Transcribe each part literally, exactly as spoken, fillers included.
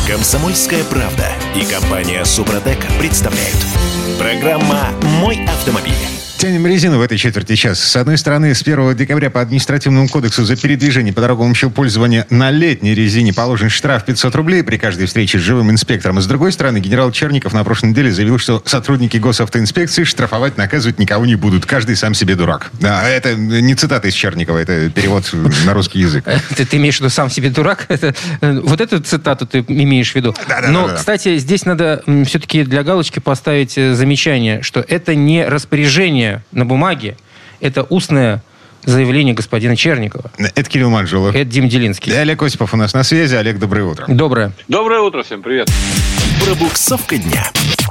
Комсомольская правда и компания «Супротек» представляют. Программа «Мой автомобиль». Тянем резину в этой четверти часа. С одной стороны, с первого декабря по административному кодексу за передвижение по дорогам общего пользования на летней резине положен штраф пятьсот рублей при каждой встрече с живым инспектором. А с другой стороны, генерал Черников на прошлой неделе заявил, что сотрудники госавтоинспекции штрафовать, наказывать никого не будут. Каждый сам себе дурак. Да, это не цитата из Черникова, это перевод на русский язык. Ты, ты имеешь в виду «сам себе дурак»? Это, вот эту цитату ты имеешь в виду. Да, да, Но, да, да. кстати, здесь надо все-таки для галочки поставить замечание, что это не распоряжение на бумаге, это устное заявление господина Черникова. Это Кирилл Манжулов. Это Дим Делинский. И Олег Осипов у нас на связи. Олег, доброе утро. Доброе. Доброе утро, всем привет. Пробуксовка дня.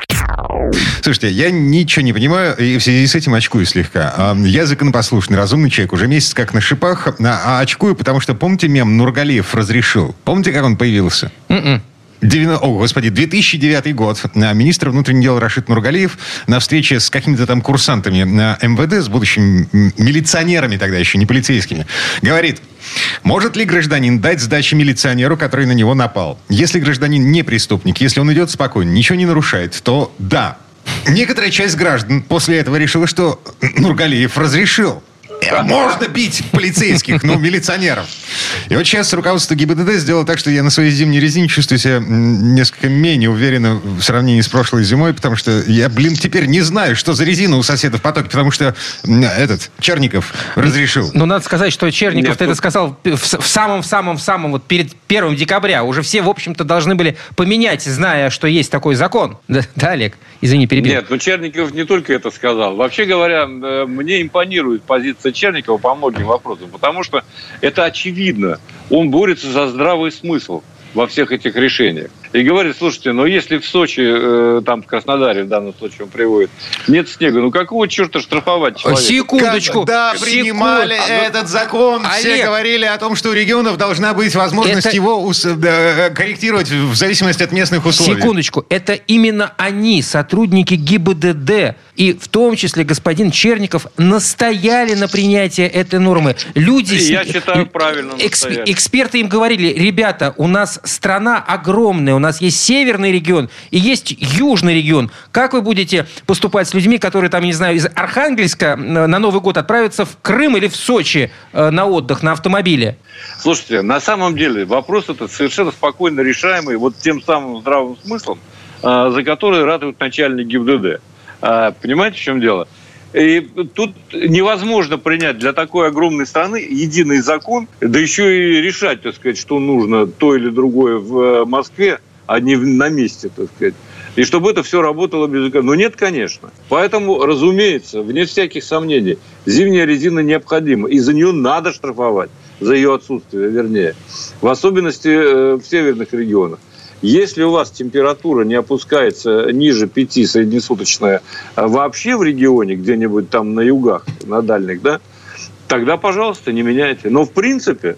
Слушайте, я ничего не понимаю, и в связи с этим очкую слегка. Я законопослушный, разумный человек, уже месяц как на шипах, а очкую, потому что, помните, мем Нургалиев разрешил? Помните, как он появился? Mm-mm. девяносто О, господи, две тысячи девятый год. Министр внутренних дел Рашид Нургалиев на встрече с какими-то там курсантами на эм вэ дэ, с будущими милиционерами тогда еще, не полицейскими, говорит: может ли гражданин дать сдачи милиционеру, который на него напал? Если гражданин не преступник, если он идет спокойно, ничего не нарушает, то да. Некоторая часть граждан после этого решила, что Нургалиев разрешил. Можно бить полицейских, ну, милиционеров. И вот сейчас руководство гэ и бэ дэ дэ сделало так, что я на своей зимней резине чувствую себя несколько менее уверенно в сравнении с прошлой зимой, потому что я, блин, теперь не знаю, что за резина у соседа в потоке, потому что этот Черников разрешил. Ну, надо сказать, что Черников Нет, это тут... сказал в самом-самом-самом, вот перед первым декабря. Уже все, в общем-то, должны были поменять, зная, что есть такой закон. Да, да, Олег? Извини, перебил. Нет, ну Черников не только это сказал. Вообще говоря, мне импонирует позиция Черникова по многим вопросам, потому что это очевидно. Он борется за здравый смысл во всех этих решениях. И говорит: слушайте, но если в Сочи, э, там в Краснодаре в данном случае он приводит, нет снега, ну какого черта штрафовать человека? Секундочку. Когда принимали Секунд... этот закон, Олег. все говорили о том, что у регионов должна быть возможность это... его ус... да, корректировать в зависимости от местных условий. Секундочку. Это именно они, сотрудники гэ и бэ дэ дэ, и в том числе господин Черников, настояли на принятии этой нормы. Люди... Я считаю, правильно Эксп... настояли. Эксперты им говорили: ребята, у нас страна огромная, у нас есть северный регион и есть южный регион. Как вы будете поступать с людьми, которые, там, не знаю, из Архангельска на Новый год отправятся в Крым или в Сочи э, на отдых на автомобиле? Слушайте, на самом деле вопрос этот совершенно спокойно решаемый вот тем самым здравым смыслом, э, за который ратует начальник гэ и бэ дэ дэ. Э, понимаете, в чем дело? И тут невозможно принять для такой огромной страны единый закон, да еще и решать, так сказать, что нужно то или другое в Москве, а не на месте, так сказать. И чтобы это все работало без... Ну, нет, конечно. Поэтому, разумеется, вне всяких сомнений, зимняя резина необходима. И за нее надо штрафовать, за ее отсутствие, вернее. В особенности э, в северных регионах. Если у вас температура не опускается ниже пяти среднесуточная вообще в регионе, где-нибудь там на югах, на дальних, да, тогда, пожалуйста, не меняйте. Но, в принципе,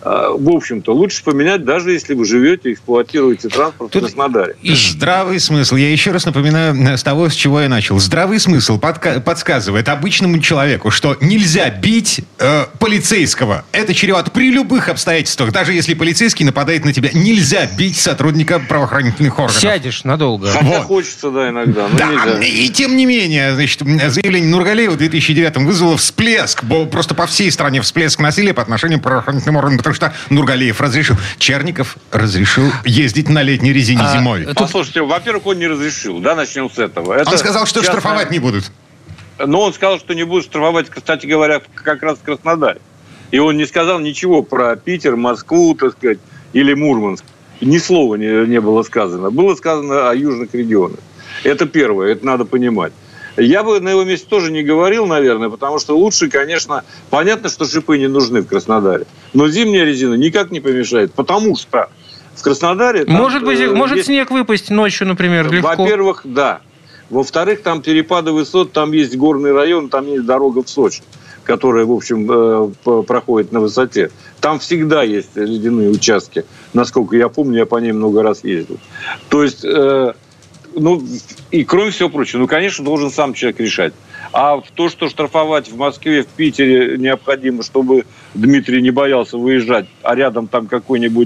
в общем-то, лучше поменять, даже если вы живете, эксплуатируете транспорт Тут в Краснодаре. И здравый смысл. Я еще раз напоминаю с того, с чего я начал. Здравый смысл подка- подсказывает обычному человеку, что нельзя бить э, полицейского. Это чревато при любых обстоятельствах. Даже если полицейский нападает на тебя, нельзя бить сотрудника правоохранительных органов. Сядешь надолго. Хотя Вот. хочется, да, иногда, но Да, нельзя. и тем не менее, значит, заявление Нургалиева в две тысячи девятом вызвало всплеск, просто по всей стране всплеск насилия по отношению к правоохранительным органам, потому что Нургалиев разрешил. Черников разрешил ездить на летней резине А, зимой. Тут... Послушайте, во-первых, он не разрешил, да, начнем с этого. Это Он сказал, что частная... штрафовать не будут. Но он сказал, что не будут штрафовать, кстати говоря, как раз в Краснодаре. И он не сказал ничего про Питер, Москву, так сказать, или Мурманск. Ни слова не, не было сказано. Было сказано о южных регионах. Это первое, это надо понимать. Я бы на его месте тоже не говорил, наверное, потому что лучше, конечно, понятно, что шипы не нужны в Краснодаре. Но зимняя резина никак не помешает, потому что в Краснодаре... Там, Может быть, э, может есть... снег выпасть ночью, например, легко. Во-первых, да. Во-вторых, там перепады высот, там есть горный район, там есть дорога в Сочи, которая, в общем, э, проходит на высоте. Там всегда есть ледяные участки. Насколько я помню, я по ним много раз ездил. То есть... Э, Ну, и кроме всего прочего, ну, конечно, должен сам человек решать. А то, что штрафовать в Москве, в Питере необходимо, чтобы Дмитрий не боялся выезжать, а рядом там какой-нибудь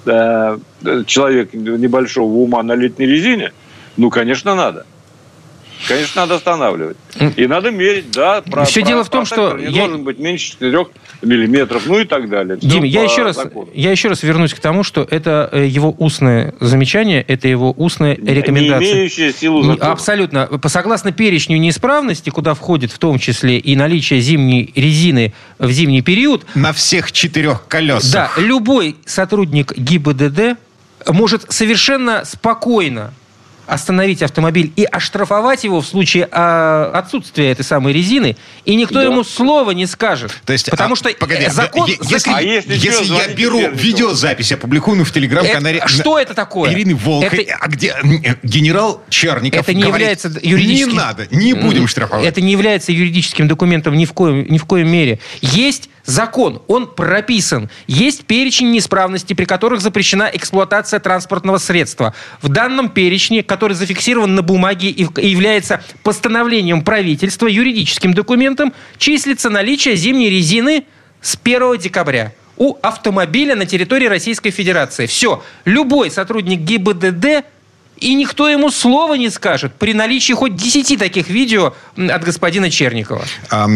э, человек небольшого ума на летней резине, ну, конечно, надо. Конечно, надо останавливать. И надо мерить, да. Про, Все про, дело в том, что... Не я... должен быть меньше четырёх миллиметров, ну и так далее. Дим, я еще, раз, я еще раз вернусь к тому, что это его устное замечание, это его устная рекомендация. Не имеющая силу закона. Абсолютно. Согласно перечню неисправностей, куда входит в том числе и наличие зимней резины в зимний период... На всех четырех колесах. Да, любой сотрудник ГИБДД может совершенно спокойно остановить автомобиль и оштрафовать его в случае а, отсутствия этой самой резины, и никто да. ему слова не скажет. То есть, потому а, что погоди, закон... Да, если закон... а если, если что, я беру видеозапись, опубликую в Телеграм-канале... Это, что это такое? Ирины Волковой, это... а где генерал Черников это не говорит, является юридическим... не надо, не будем штрафовать. Это не является юридическим документом ни в коем, ни в коем мере. Есть закон, он прописан. Есть перечень неисправностей, при которых запрещена эксплуатация транспортного средства. В данном перечне, который зафиксирован на бумаге и является постановлением правительства, юридическим документом, числится наличие зимней резины с первого декабря у автомобиля на территории Российской Федерации. Все. Любой сотрудник ГИБДД, и никто ему слова не скажет при наличии хоть десяти таких видео от господина Черникова.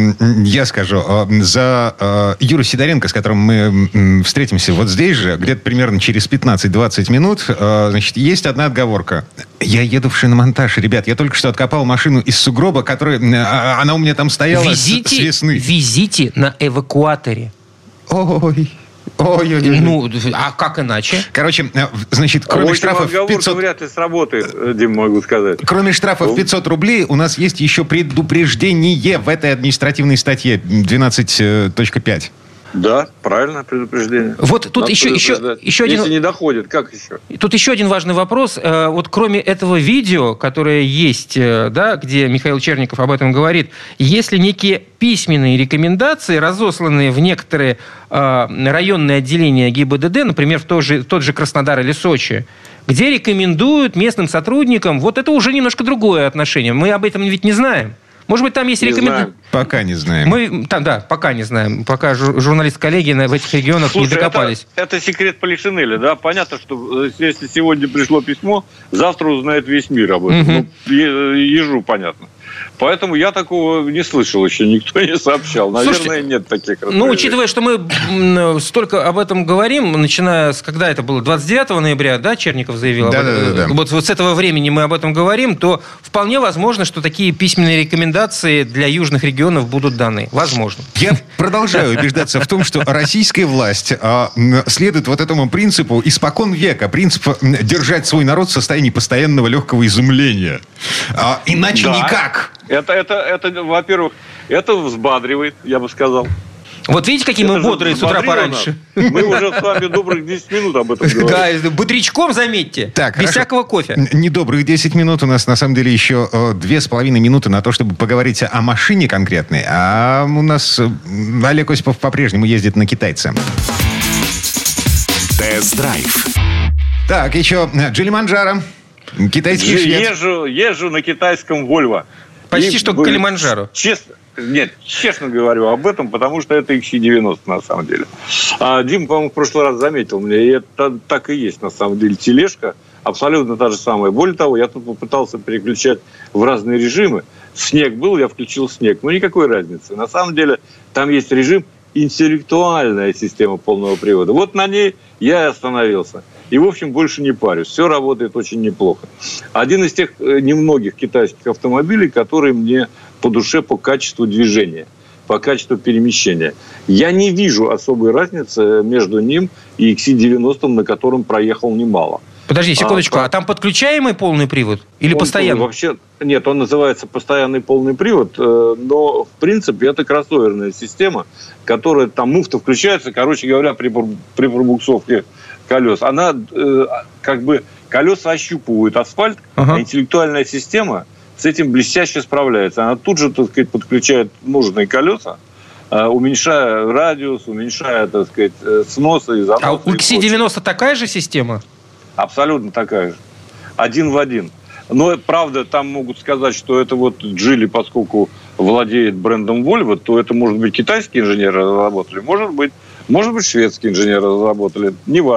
Я скажу. За Юру Сидоренко, с которым мы встретимся вот здесь же, где-то примерно через пятнадцать-двадцать минут, значит, есть одна отговорка. Я еду в шиномонтаж, ребят. Я только что откопал машину из сугроба, которая... Она у меня там стояла везите, с весны. Везите на эвакуаторе. Ой... Ой-ой-ой. Ну, а как иначе? Короче, значит, кроме а штрафов пятьсот... вряд ли сработает, Дим, могу сказать. Кроме штрафов пятьсот рублей, у нас есть еще предупреждение в этой административной статье двенадцать точка пять. Да, правильно, предупреждение. Вот тут еще, еще, еще один... Если не доходит, как еще? Тут еще один важный вопрос. Вот кроме этого видео, которое есть, да, где Михаил Черников об этом говорит, есть ли некие письменные рекомендации, разосланные в некоторые э, районные отделения ГИБДД, например, в тот же, в тот же Краснодар или Сочи, где рекомендуют местным сотрудникам, вот это уже немножко другое отношение. Мы об этом ведь не знаем. Может быть, там есть рекомендации? Пока не знаем. Мы, там, да, пока не знаем. Пока жур- журналист-коллеги в этих регионах Слушай, не докопались. Это, это секрет Полишинеля, да? Понятно, что если сегодня пришло письмо, завтра узнает весь мир об этом. Угу. Ну, ежу понятно. Поэтому я такого не слышал еще, никто не сообщал. Наверное, Слушайте, нет таких разговоров. Ну, учитывая, что мы столько об этом говорим, начиная с, когда это было, двадцать девятого ноября, да, Черников заявил да, об этом. Да, да, да. Вот, вот с этого времени мы об этом говорим, то вполне возможно, что такие письменные рекомендации для южных регионов будут даны. Возможно. Я продолжаю убеждаться в том, что российская власть а, следует вот этому принципу испокон века. Принцип держать свой народ в состоянии постоянного легкого изумления. А, иначе да. никак. Это, это, это, во-первых, это взбадривает, я бы сказал. Вот видите, какие это мы бодрые с утра пораньше. Мы уже с вами добрых десять минут об этом говорим. Да, бодрячком, заметьте, так, без хорошо. всякого кофе. Недобрых десять минут. У нас, на самом деле, еще две с половиной минуты на то, чтобы поговорить о машине конкретной. А у нас Олег Осипов по-прежнему ездит на китайце. Тест-драйв. Так, еще Джилиманджаро. Китайский швед. Езжу, езжу на китайском Volvo. Почти и, что к Килиманджаро. Честно, нет, честно говорю об этом, потому что это икс си девяносто на самом деле. А Дим, по-моему, в прошлый раз заметил мне, и это так и есть на самом деле. Тележка абсолютно та же самая. Более того, я тут попытался переключать в разные режимы. Снег был, я включил снег. Ну, никакой разницы. На самом деле, там есть режим интеллектуальная система полного привода. Вот на ней я и остановился. И, в общем, больше не парюсь. Все работает очень неплохо. Один из тех немногих китайских автомобилей, которые мне по душе по качеству движения, по качеству перемещения. Я не вижу особой разницы между ним и икс си девяносто, на котором проехал немало. Подожди секундочку, а, а там подключаемый полный привод или он, постоянный? Вообще, нет, он называется постоянный полный привод, но, в принципе, это кроссоверная система, которая, там муфта включается, короче говоря, при, при пробуксовке колес. Она э, как бы колеса ощупывают асфальт, ага. а интеллектуальная система с этим блестяще справляется. Она тут же, так сказать, подключает нужные колеса, э, уменьшая радиус, уменьшая, так сказать, сносы и заносы. А у икс си девяносто такая же система? Абсолютно такая же. Один в один. Но, правда, там могут сказать, что это вот Джили, поскольку владеет брендом Volvo, то это, может быть, китайские инженеры разработали, может быть, может быть, шведские инженеры разработали, неважно.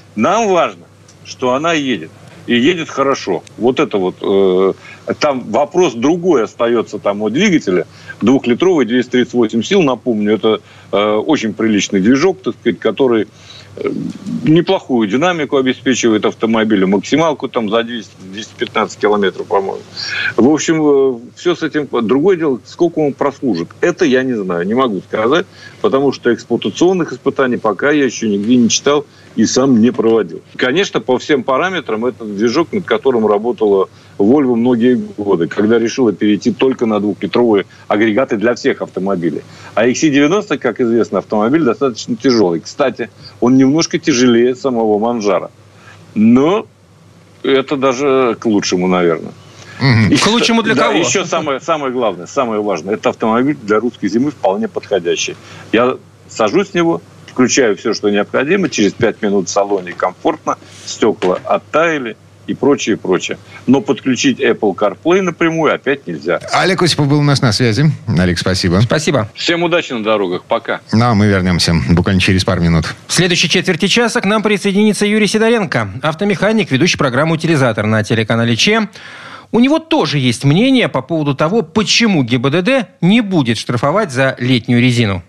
Нам важно, что она едет. И едет хорошо. Вот это вот. Э, там вопрос другой остается там у двигателя. Двухлитровый, двести тридцать восемь сил, напомню. Это э, очень приличный движок, так сказать, который э, неплохую динамику обеспечивает автомобилю. Максималку там за двести - двести пятнадцать километров, по-моему. В общем, э, все с этим. Другое дело, сколько он прослужит. Это я не знаю, не могу сказать. Потому что эксплуатационных испытаний пока я еще нигде не читал и сам не проводил. Конечно, по всем параметрам это движок, над которым работала Volvo многие годы, когда решила перейти только на двухлитровые агрегаты для всех автомобилей. А икс си девяносто, как известно, автомобиль достаточно тяжелый. Кстати, он немножко тяжелее самого Манжаро. Но это даже к лучшему, наверное. Mm-hmm. И, к лучшему для да, кого? Еще самое, самое главное, самое важное. Это автомобиль для русской зимы вполне подходящий. Я сажусь в него, включаю все, что необходимо. Через пять минут в салоне комфортно. Стекла оттаяли и прочее, прочее. Но подключить Apple CarPlay напрямую опять нельзя. Олег Осипов был у нас на связи. Олег, спасибо. Спасибо. Всем удачи на дорогах. Пока. Ну, а мы вернемся буквально через пару минут. В следующей четверти часа к нам присоединится Юрий Сидоренко, автомеханик, ведущий программу «Утилизатор» на телеканале ЧЕ. У него тоже есть мнение по поводу того, почему ГИБДД не будет штрафовать за летнюю резину.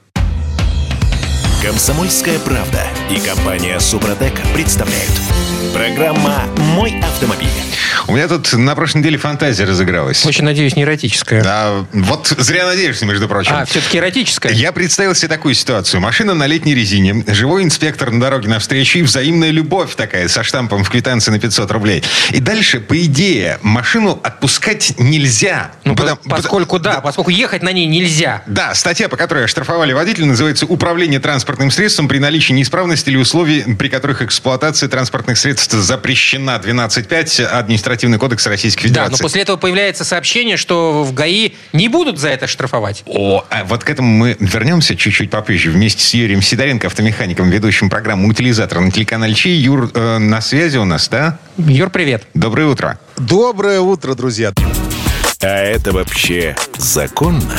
«Комсомольская правда» и компания «Супротек» представляют. Программа «Мой автомобиль». У меня тут на прошлой неделе фантазия разыгралась. Очень надеюсь, не эротическая. А, вот зря надеешься, между прочим. А, все-таки эротическая? Я представил себе такую ситуацию. Машина на летней резине, живой инспектор на дороге навстречу и взаимная любовь такая со штампом в квитанции на пятьсот рублей. И дальше, по идее, машину отпускать нельзя. Ну, потому, поскольку, потому, да, поскольку ехать на ней нельзя. Да, статья, по которой оштрафовали водителя, называется «Управление транспортным средством при наличии неисправности или условий, при которых эксплуатация транспортных средств запрещена». двенадцать пять Административный кодекс Российской Федерации. Да, но после этого появляется сообщение, что в ГАИ не будут за это штрафовать. О, а вот к этому мы вернемся чуть-чуть попозже вместе с Юрием Сидоренко, автомехаником, ведущим программу «Утилизатор» на телеканале ЧЕ. Юр, э, на связи у нас, да? Юр, привет. Доброе утро. Доброе утро, друзья. А это вообще законно?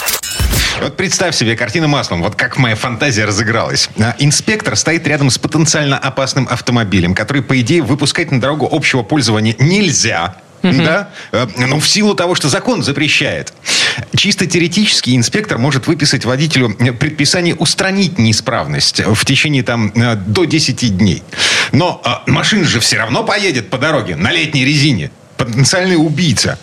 Вот представь себе, картина маслом, вот как моя фантазия разыгралась. Инспектор стоит рядом с потенциально опасным автомобилем, который, по идее, выпускать на дорогу общего пользования нельзя. Uh-huh. Да? Ну, в силу того, что закон запрещает. Чисто теоретически инспектор может выписать водителю предписание устранить неисправность в течение там до десяти дней. Но машина же все равно поедет по дороге на летней резине. Потенциальный убийца.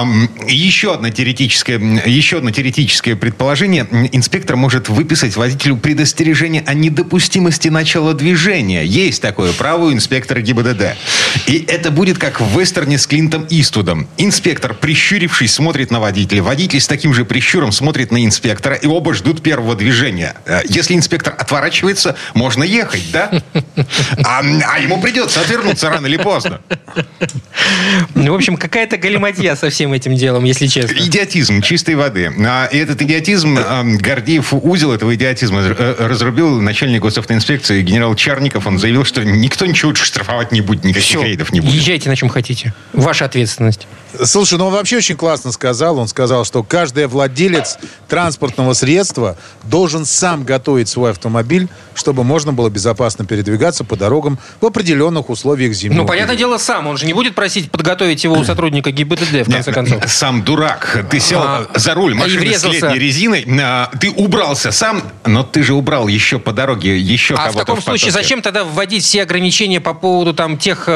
Еще одно теоретическое, еще одно теоретическое предположение. Инспектор может выписать водителю предостережение о недопустимости начала движения. Есть такое право у инспектора ГИБДД. И это будет как в вестерне с Клинтом Иствудом. Инспектор, прищурившись, смотрит на водителя. Водитель с таким же прищуром смотрит на инспектора. И оба ждут первого движения. Если инспектор отворачивается, можно ехать, да? А, а ему придется отвернуться рано или поздно. Ну, в общем, какая-то галиматья со всем этим делом, если честно. Идиотизм чистой воды. И этот идиотизм, Гордеев узел этого идиотизма разрубил начальник госавтоинспекции генерал Чарников. Он заявил, что никто ничего штрафовать не будет, никаких Все, рейдов не будет. Езжайте на чем хотите. Ваша ответственность. Слушай, ну он вообще очень классно сказал. Он сказал, что каждый владелец транспортного средства должен сам готовить свой автомобиль, чтобы можно было безопасно передвигаться по дорогам в определенных условиях зимы. Ну, понятное дело, сам. Он же не будет просить подготовить его у сотрудника ГИБДД, в конце концов. Сам дурак. Ты сел а, за руль машины с летней резиной, ты убрался сам, но ты же убрал еще по дороге еще а кого-то. А в таком в случае зачем тогда вводить все ограничения по поводу там тех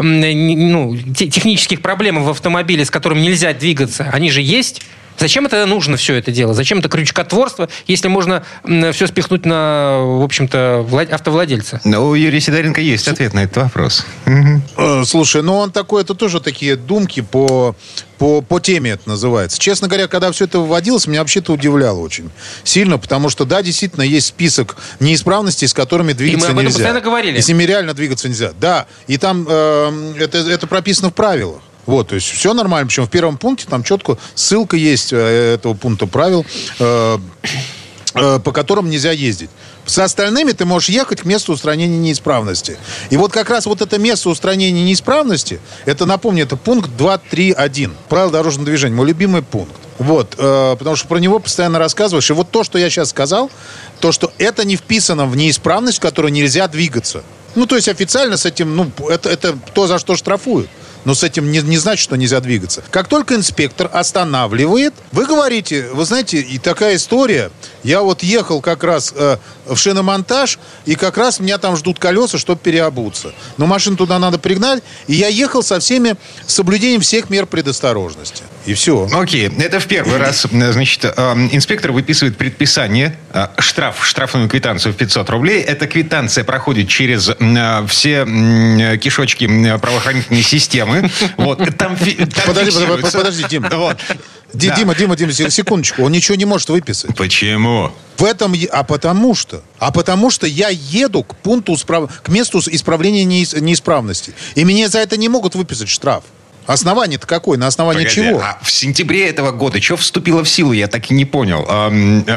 ну, технических проблем в автомобиле, с которым нельзя двигаться? Они же есть. Зачем это нужно все это дело? Зачем это крючкотворство, если можно все спихнуть на, в общем-то, влад... автовладельца? Ну, у Юрия Сидоренко есть ответ на этот вопрос. Слушай, ну он такой, это тоже такие думки по, по, по теме это называется. Честно говоря, когда все это вводилось, меня вообще-то удивляло очень сильно, потому что, да, действительно, есть список неисправностей, с которыми двигаться нельзя. И мы об этом нельзя. Постоянно говорили. И с ними реально двигаться нельзя. Да, и там э, это, это прописано в правилах. Вот, то есть все нормально. Причем в первом пункте там четко ссылка есть э, этого пункта правил, э, э, по которым нельзя ездить. С остальными ты можешь ехать к месту устранения неисправности. И вот как раз вот это место устранения неисправности, это, напомню, это пункт два три один. Правила дорожного движения. Мой любимый пункт. Вот, э, потому что про него постоянно рассказываешь. И вот то, что я сейчас сказал, то, что это не вписано в неисправность, в которой нельзя двигаться. Ну, то есть официально с этим, ну, это, это то, за что штрафуют. Но с этим не, не значит, что нельзя двигаться. Как только инспектор останавливает, вы говорите, вы знаете, и такая история. Я вот ехал как раз э, в шиномонтаж, и как раз меня там ждут колеса, чтобы переобуться. Но машину туда надо пригнать, и я ехал со всеми соблюдением всех мер предосторожности. И все. Окей, это в первый раз, значит, инспектор выписывает предписание, штраф, штрафную квитанцию в пятьсот рублей. Эта квитанция проходит через все кишочки правоохранительной системы. Вот, там, там подожди, подожди, подожди, Дима. Вот. Ди, да. Дима, Дима, Дима, секундочку. Он ничего не может выписать. Почему? В этом, а потому что, а потому что я еду к пункту, к месту исправления неисправности. И мне за это не могут выписать штраф. Основание-то какое? На основании Погоди, чего? А в сентябре этого года что вступило в силу? Я так и не понял. А,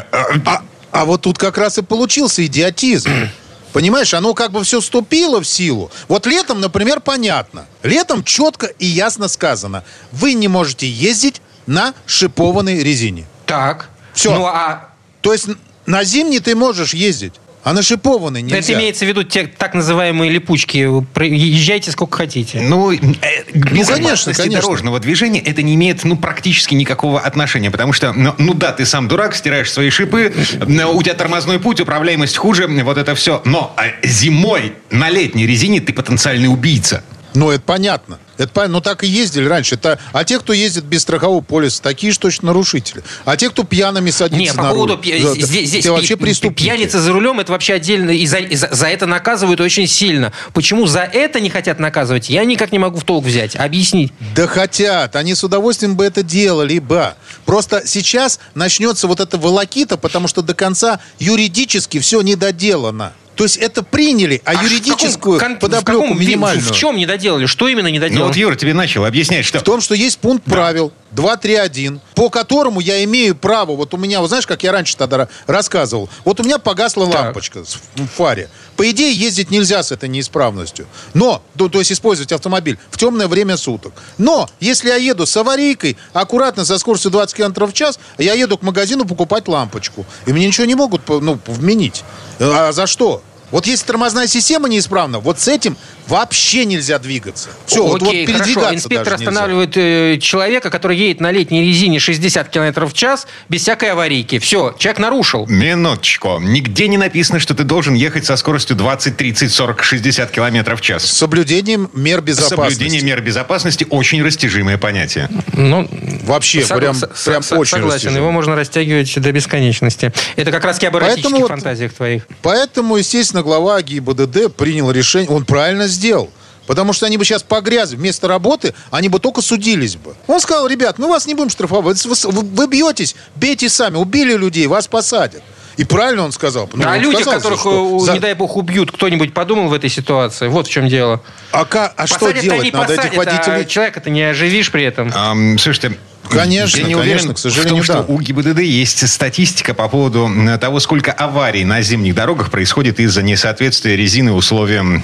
а, а вот тут как раз и получился идиотизм. Понимаешь, оно как бы все вступило в силу. Вот летом, например, понятно. Летом четко и ясно сказано. Вы не можете ездить на шипованной резине. Так. Все. Ну, а... То есть на зимней ты можешь ездить, а на шипованной нельзя. Это имеется в виду те так называемые липучки. Езжайте сколько хотите. Ну, э, к безопасности конечно, конечно. дорожного движения это не имеет ну, практически никакого отношения. Потому что, ну, ну да, ты сам дурак, стираешь свои шипы, у тебя тормозной путь, управляемость хуже, вот это все. Но а зимой на летней резине ты потенциальный убийца. Ну, это понятно. Это понятно. Ну, так и ездили раньше. Это... А те, кто ездит без страхового полиса, такие же точно нарушители. А те, кто пьяными садится Нет, на по поводу руль, пи- да, здесь, здесь те вообще пи- преступники. Пьяница за рулем, это вообще отдельно. И за, и за, за это наказывают очень сильно. Почему за это не хотят наказывать, я никак не могу в толк взять. Объяснить. Да хотят. Они с удовольствием бы это делали бы. Просто сейчас начнется вот эта волокита, потому что до конца юридически все недоделано. То есть это приняли, а, а юридическую кон- подоплеку в каком, минимальную. В чем не доделали? Что именно не доделали? Ну вот Юра тебе начал объяснять, что... В том, что есть пункт да. правил два три один, по которому я имею право, вот у меня, вот знаешь, как я раньше тогда рассказывал, вот у меня погасла так. лампочка в фаре. По идее, ездить нельзя с этой неисправностью. Но, то, то есть использовать автомобиль в темное время суток. Но, если я еду с аварийкой, аккуратно, со скоростью двадцать километров в час, я еду к магазину покупать лампочку. И мне ничего не могут ну, вменить. А за что? Вот если тормозная система неисправна, вот с этим вообще нельзя двигаться. Все, вот, вот передвигаться хорошо. Инспектор даже останавливает э, человека, который едет на летней резине шестьдесят километров в час без всякой аварийки. Все, человек нарушил. Минуточку. Нигде не написано, что ты должен ехать со скоростью двадцать, тридцать, сорок, шестьдесят километров в час. С соблюдением мер безопасности. Соблюдение мер безопасности очень растяжимое понятие. Ну, вообще, сог... прям, с- прям с- очень согласен, растяжимое. Его можно растягивать до бесконечности. Это как раз об эротических вот, фантазиях твоих. Поэтому, естественно, глава ГИБДД принял решение, он правильно сделал. Потому что они бы сейчас погрязли вместо работы, они бы только судились бы. Он сказал: ребят, мы вас не будем штрафовать, вы, вы, вы бьетесь, бейте сами, убили людей, вас посадят. И правильно он сказал. Ну, а он люди, сказал, которых, что, не за... дай бог, убьют, кто-нибудь подумал в этой ситуации? Вот в чем дело. А, ка... а что делать? Надо посадят, этих водителей... А человека-то не оживишь при этом. Um, слушайте... Конечно, я не конечно, уверен к сожалению, в том, да. что у ГИБДД есть статистика по поводу того, сколько аварий на зимних дорогах происходит из-за несоответствия резины условиям,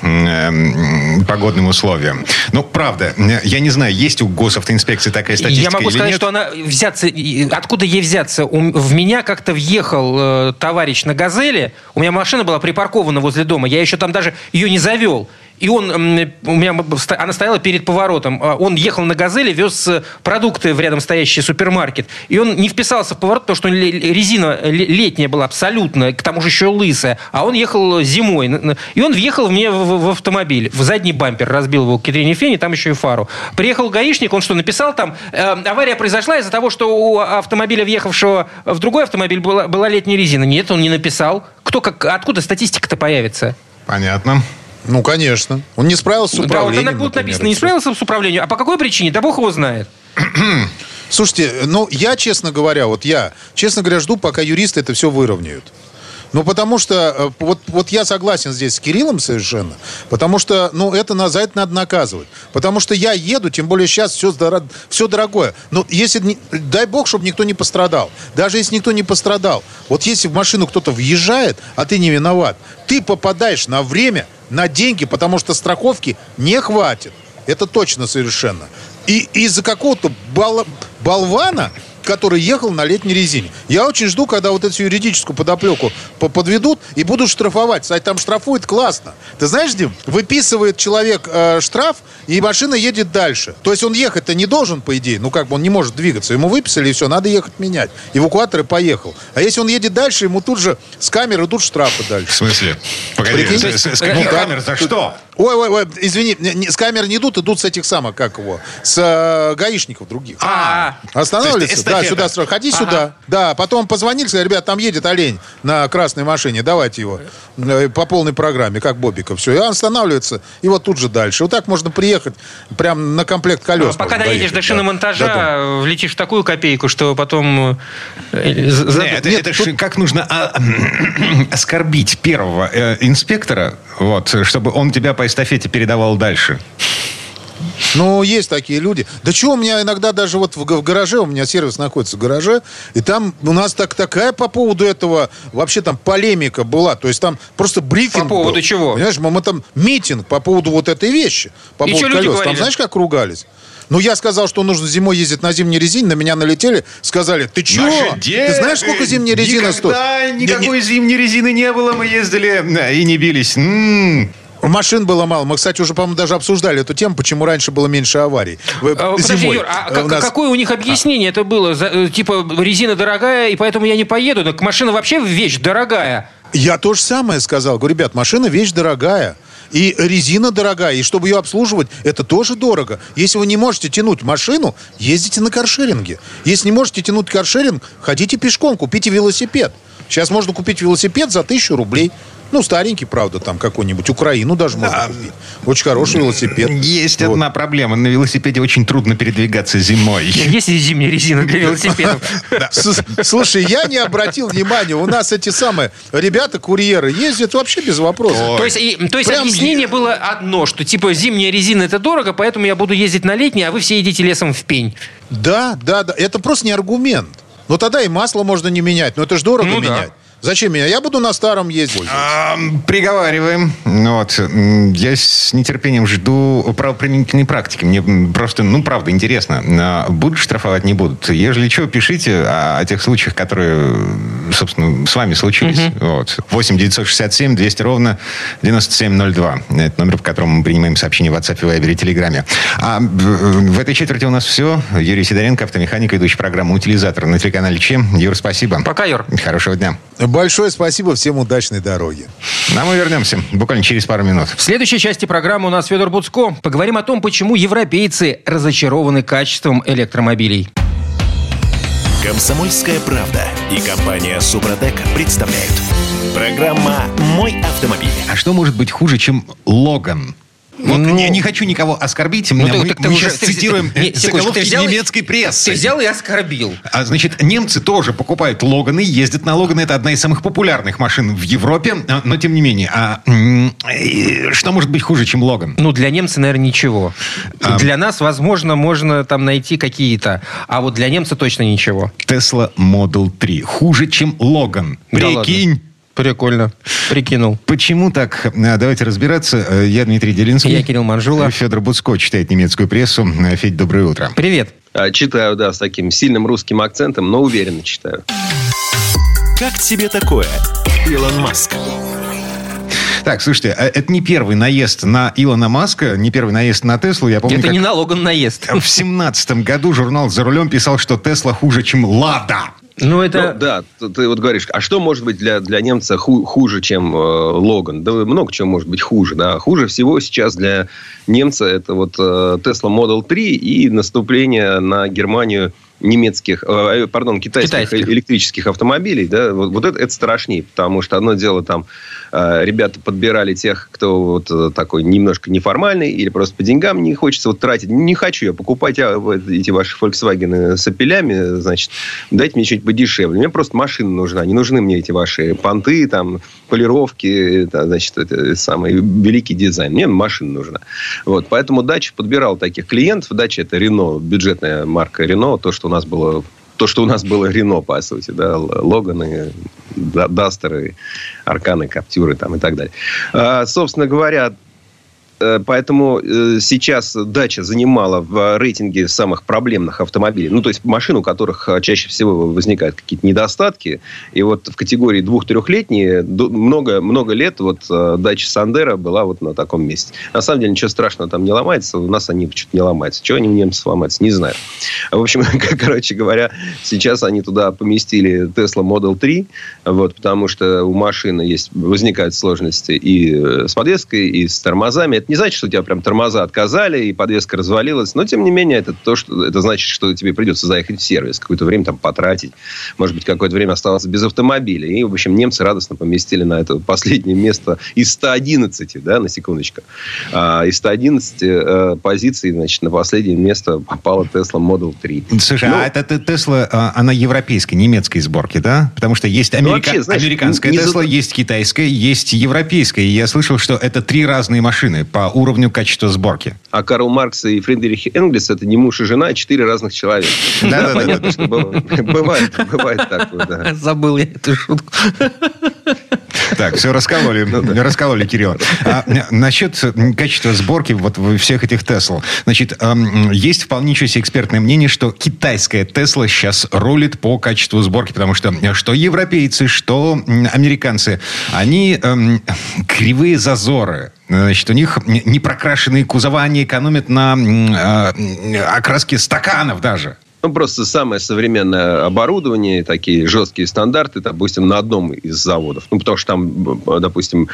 э, погодным условиям. Ну, правда, я не знаю, есть у госавтоинспекции такая статистика Я могу или сказать, нет. что она взяться... Откуда ей взяться? У, в меня как-то въехал э, товарищ на «Газели». У меня машина была припаркована возле дома. Я еще там даже ее не завел. И он, у меня, она стояла перед поворотом. Он ехал на «Газели», вез продукты в рядом стоящий супермаркет. И он не вписался в поворот, потому что резина летняя была абсолютно, к тому же еще лысая. А он ехал зимой. И он въехал мне в, в автомобиль. В задний бампер разбил его к ядрене фени, там еще и фару. Приехал гаишник, он что, написал там? Э, авария произошла из-за того, что у автомобиля, въехавшего в другой автомобиль, была, была летняя резина. Нет, он не написал. Кто, как, откуда статистика-то появится? Понятно. Ну, конечно. Он не справился с управлением. Да, вот она будет написано, не справился с управлением. А по какой причине? Да бог его знает. Слушайте, ну, я, честно говоря, вот я, честно говоря, жду, пока юристы это все выровняют. Ну, потому что, вот, вот я согласен здесь с Кириллом совершенно, потому что, ну, это, за это надо наказывать. Потому что я еду, тем более сейчас все, все дорогое. Но если, дай бог, чтобы никто не пострадал. Даже если никто не пострадал. Вот если в машину кто-то въезжает, а ты не виноват, ты попадаешь на время, на деньги, потому что страховки не хватит. Это точно совершенно. И из-за какого-то бал- болвана, который ехал на летней резине. Я очень жду, когда вот эту юридическую подоплеку подведут и будут штрафовать. Кстати, там штрафуют классно. Ты знаешь, Дим, выписывает человек э, штраф, и машина едет дальше. То есть он ехать-то не должен, по идее. Ну, как бы он не может двигаться. Ему выписали, и все, надо ехать менять. Эвакуатор и поехал. А если он едет дальше, ему тут же с камер идут штрафы дальше. В смысле? Погоди, Прикинь? с, с, с каких Ну, камер? За что? Ой, ой, ой, извини, не- не- с камер не идут, идут с этих самых, как его, с э, гаишников других. А, Останавливаются, То есть да, эстафета. сюда сразу. Ходи сюда. Да, потом позвонили, сказали, ребят, там едет олень на красной машине, давайте его э, по полной программе, как Бобика. Все, и он останавливается, и вот тут же дальше. Вот так можно приехать прям на комплект колес. пока можно доедешь доехать, до шиномонтажа, да. влетишь в такую копейку, что потом... э, за- за- Нет, это, нет, это тут- ж как нужно а, оскорбить первого э, инспектора, вот, чтобы он тебя по эстафете передавал дальше. Ну, есть такие люди. Да что, у меня иногда даже вот в, г- в гараже, у меня сервис находится в гараже, и там у нас так, такая по поводу этого вообще там полемика была. То есть там просто брифинг По поводу был. чего? Понимаешь, мы, мы там митинг по поводу вот этой вещи. По И поводу чё люди колес. Там говорили? знаешь, как ругались? Ну, я сказал, что нужно зимой ездить на зимней резине, на меня налетели, сказали, ты чё? Ты знаешь, сколько зимняя резина стоит? Никогда Не- никакой зимней резины не было, мы ездили э, и не бились. М-м. Машин было мало. Мы, кстати, уже, по-моему, даже обсуждали эту тему, почему раньше было меньше аварий. Вы- А, Подожди, зимой. Юр, а Э, как- у нас- какое у них объяснение это было? За- э, Типа, резина дорогая, и поэтому я не поеду. Так машина вообще вещь дорогая. Я то же самое сказал. Говорю, ребят, машина вещь дорогая. И резина дорогая. И чтобы ее обслуживать, это тоже дорого. Если вы не можете тянуть машину, ездите на каршеринге. Если не можете тянуть каршеринг, ходите пешком, купите велосипед. Сейчас можно купить велосипед за тысячу рублей. Ну, старенький, правда, там какой-нибудь. Украину даже можно купить. Очень хороший велосипед. Есть Вот. одна проблема. На велосипеде очень трудно передвигаться зимой. Есть ли зимняя резина для велосипедов? С- Слушай, я не обратил внимания. У нас эти самые ребята-курьеры ездят вообще без вопросов. То есть, и- то есть Прям объяснение е- было одно, что типа зимняя резина это дорого, поэтому я буду ездить на летней, а вы все идите лесом в пень. Да, да, да. Это просто не аргумент. Но тогда и масло можно не менять. Но это же дорого Ну да. менять. Зачем меня? Я буду на старом ездить. А, приговариваем. Вот. М, Я с нетерпением жду правоприменительной практики. Мне м, просто, ну, правда, интересно. А Будут штрафовать, не будут? Ежели что, пишите о, о тех случаях, которые, собственно, с вами случились. Вот. восемь девятьсот шестьдесят семь двести ровно девяносто семь ноль два. Это номер, по которому мы принимаем сообщения в WhatsApp, Viber и Телеграме. А в в этой четверти у нас все. Юрий Сидоренко, автомеханик, ведущий программу «Утилизатор» на телеканале Че. Юр, спасибо. Пока, Юр. Хорошего дня. Большое спасибо, всем удачной дороги. А мы вернемся буквально через пару минут. В следующей части программы у нас Федор Буцко. Поговорим о том, почему европейцы разочарованы качеством электромобилей. Комсомольская правда и компания «Супротек» представляют. Программа «Мой автомобиль». А что может быть хуже, чем Логан? Вот Ну, я не хочу никого оскорбить. Ну, мы ты- мы так ты уже- сейчас ты- цитируем не, э, секундочку, заголовки ты взял и- немецкой прессы. Ты взял и оскорбил. А, значит, немцы тоже покупают Логаны, ездят на Логаны. Это одна из самых популярных машин в Европе. А, Но, тем не менее, а, м, э, что может быть хуже, чем Логан? Ну, для немца, наверное, ничего. А- Для нас, возможно, можно там найти какие-то. А вот для немца точно ничего. Tesla Model три. Хуже, чем Логан. Да ладно. Прикинь. Прикольно. Прикинул. Почему так? А, Давайте разбираться. Э, Я Дмитрий Делинский. Я Кирилл Манжула. Федор Буцко читает немецкую прессу. Э, Федь, доброе утро. Привет. А, Читаю, да, с таким сильным русским акцентом, но уверенно читаю. Как тебе такое, Илон Маск? Так, слушайте, а это не первый наезд на Илона Маска, не первый наезд на Теслу. Я помню, Это как не налоган наезд. в семнадцатом году журнал «За рулем» писал, что Тесла хуже, чем Лада. Ну, это... Ну, да, ты, ты вот говоришь, а что может быть для, для немца ху- хуже, чем э, Логан? Да много чего может быть хуже. Да. Хуже всего сейчас для немца это вот э, Tesla Model три и наступление на Германию немецких, э, пардон, китайских, Китайских. электрических автомобилей. Да. Вот, вот это, это страшнее, потому что одно дело там э, ребята подбирали тех, кто вот э, такой немножко неформальный или просто по деньгам не хочется вот тратить. Не хочу я покупать а, вот эти ваши Volkswagen с опелями, значит, дайте мне что-нибудь подешевле. Мне просто машина нужна. Не нужны мне эти ваши понты, там, полировки, это, значит, это самый великий дизайн. Мне машина нужна. Вот. Поэтому Дача подбирал таких клиентов. Дача это Рено, бюджетная марка Рено, то, что у нас было... То, что у нас было Рено, по сути, да, Логаны, Дастеры, Арканы, Каптюры там и так далее. А, собственно говоря, Поэтому сейчас Dacia занимала в рейтинге самых проблемных автомобилей. Ну, то есть машин, у которых чаще всего возникают какие-то недостатки. И вот в категории двух-трехлетние много, много лет вот Dacia Sandero была вот на таком месте. На самом деле ничего страшного там не ломается. У нас они почему-то не ломаются. Чего они у немцев ломаются, не знаю. В общем, короче говоря, сейчас они туда поместили Tesla Model три. Вот, потому что у машины есть, возникают сложности и с подвеской, и с тормозами. Это не значит, что у тебя прям тормоза отказали, и подвеска развалилась. Но, тем не менее, это, то, что, это значит, что тебе придется заехать в сервис, какое-то время там потратить. Может быть, какое-то время оставаться без автомобиля. И, в общем, немцы радостно поместили на это последнее место из ста одиннадцати, да, на секундочку. А, из ста одиннадцати э, позиций, значит, на последнее место попала Tesla Model три. Слушай, ну, а эта Tesla, она европейской, немецкой сборки, да? Потому что есть америка... ну, вообще, знаешь, американская Tesla, не... есть китайская, есть европейская. И я слышал, что это три разные машины по уровню качества сборки. А Карл Маркс и Фридрих Энгельс — это не муж и жена, а четыре разных человека. Да, понятно, что бывает такое, да. Забыл я эту шутку. Так, все раскололи, ну, да. раскололи, Кирилл. А, насчет качества сборки вот всех этих Тесл. Значит, эм, есть вполне себе экспертное мнение, что китайская Тесла сейчас рулит по качеству сборки, потому что что европейцы, что американцы, они эм, кривые зазоры. Значит, у них непрокрашенные кузова, они экономят на э, окраске стаканов даже. Ну, просто самое современное оборудование, такие жесткие стандарты, допустим, на одном из заводов. Ну, потому что там, допустим,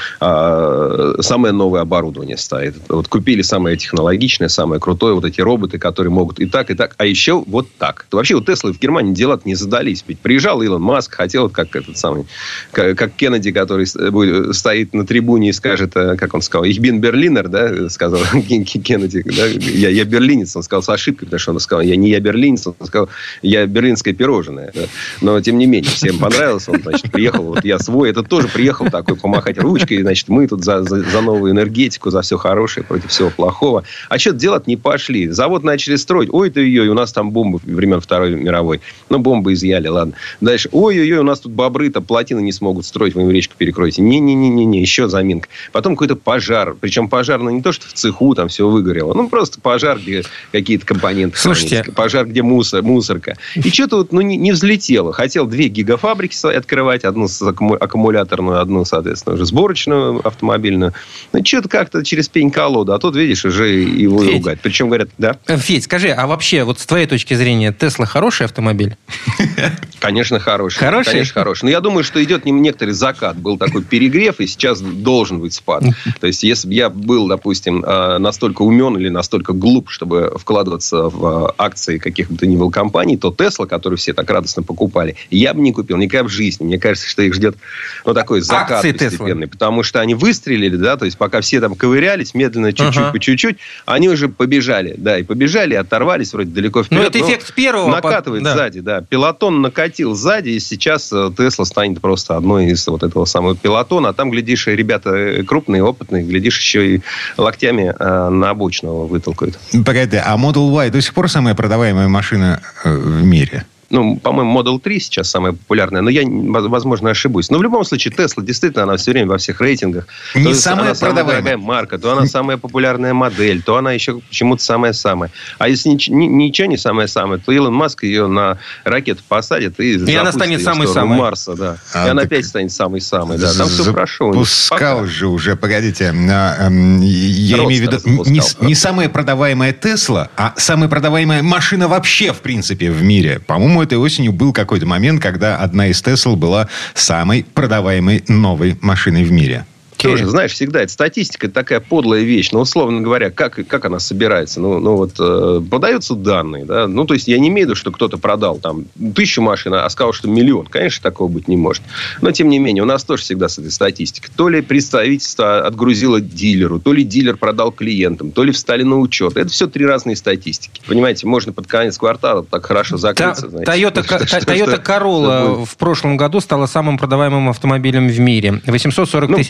самое новое оборудование стоит. Вот купили самое технологичное, самое крутое, вот эти роботы, которые могут и так, и так, а еще вот так. То вообще у Теслы в Германии дела не задались. Ведь приезжал Илон Маск, хотел, как этот самый, как, как Кеннеди, который стоит на трибуне и скажет, как он сказал, «Ich bin Berliner», да, сказал Кеннеди, да, я, я берлинец, он сказал с ошибкой, потому что он сказал, я не я берлинец, он сказал, я берлинское пирожное. Да. Но, тем не менее, всем понравилось. Он, значит, приехал, вот я свой, этот тоже приехал такой помахать ручкой. Значит, мы тут за, за, за новую энергетику, за все хорошее, против всего плохого. А что-то делать не пошли. Завод начали строить. Ой-ой-ой, у нас там бомбы времен Второй мировой. Ну, бомбы изъяли, ладно. Дальше. Ой-ой-ой, у нас тут бобры-то плотины не смогут строить, вы им речку перекроете. Не-не-не-не, еще заминка. Потом какой-то пожар. Причем пожар, ну, не то, что в цеху там все выгорело. Ну, просто пожар, где какие-то компоненты. Слушайте. Пожар, где мусор. мусорка. И что-то вот, ну, не, не взлетело. Хотел две гигафабрики открывать. Одну с аккумуляторную, одну, соответственно, уже сборочную автомобильную. Ну, что-то как-то через пень-колоду. А тут, видишь, уже его Федь. ругать. Причем говорят, да. Федь, скажи, а вообще, вот с твоей точки зрения, Тесла хороший автомобиль? Конечно, хороший. Хороший? Конечно, хороший. Но я думаю, что идет некоторый закат. Был такой перегрев, и сейчас должен быть спад. То есть, если бы я был, допустим, настолько умен или настолько глуп, чтобы вкладываться в акции каких-то ни был компаний, то Тесла, которую все так радостно покупали, я бы не купил никогда в жизни. Мне кажется, что их ждет, ну, такой закат акции постепенный. Tesla. Потому что они выстрелили, да, то есть пока все там ковырялись, медленно, чуть-чуть, ага. по чуть-чуть, они уже побежали, да, и побежали, оторвались вроде далеко вперед. Ну, это эффект первого. Накатывает да. сзади, да. Пелотон накатил сзади, и сейчас Тесла станет просто одной из вот этого самого пелотона. А там, глядишь, ребята крупные, опытные, глядишь, еще и локтями а, на обочину вытолкают. Погоди, а Model Y до сих пор самая продаваемая машина в мире? Ну, по-моему, Model три сейчас самая популярная. Но я, возможно, ошибусь. Но в любом случае, Tesla действительно, она все время во всех рейтингах. Не то самая она продаваемая. Самая дорогая марка, то она самая популярная модель, то она еще почему-то самая-самая. А если ничего, ничего не самое-самое, то Илон Маск ее на ракету посадит и, и она станет самой-самой. Марса, да. А, и она так... опять станет самой-самой. Да. Там все хорошо. Запускал же уже, погодите. Я имею в виду не, не самая продаваемая Tesla, а самая продаваемая машина вообще, в принципе, в мире. По-моему, этой осенью был какой-то момент, когда одна из Тесл была самой продаваемой новой машиной в мире. Тоже, знаешь, всегда эта статистика такая подлая вещь. Ну, условно говоря, как, как она собирается? Ну, ну вот э, подаются данные, да. Ну, то есть, я не имею в виду, что кто-то продал там тысячу машин, а сказал, что миллион. Конечно, такого быть не может. Но, тем не менее, у нас тоже всегда с этой статистикой. То ли представительство отгрузило дилеру, то ли дилер продал клиентам, то ли встали на учет. Это все три разные статистики. Понимаете, можно под конец квартала так хорошо закрыться. Toyota Corolla в прошлом году стала самым продаваемым автомобилем в мире. восемьсот сорок тысяч машин.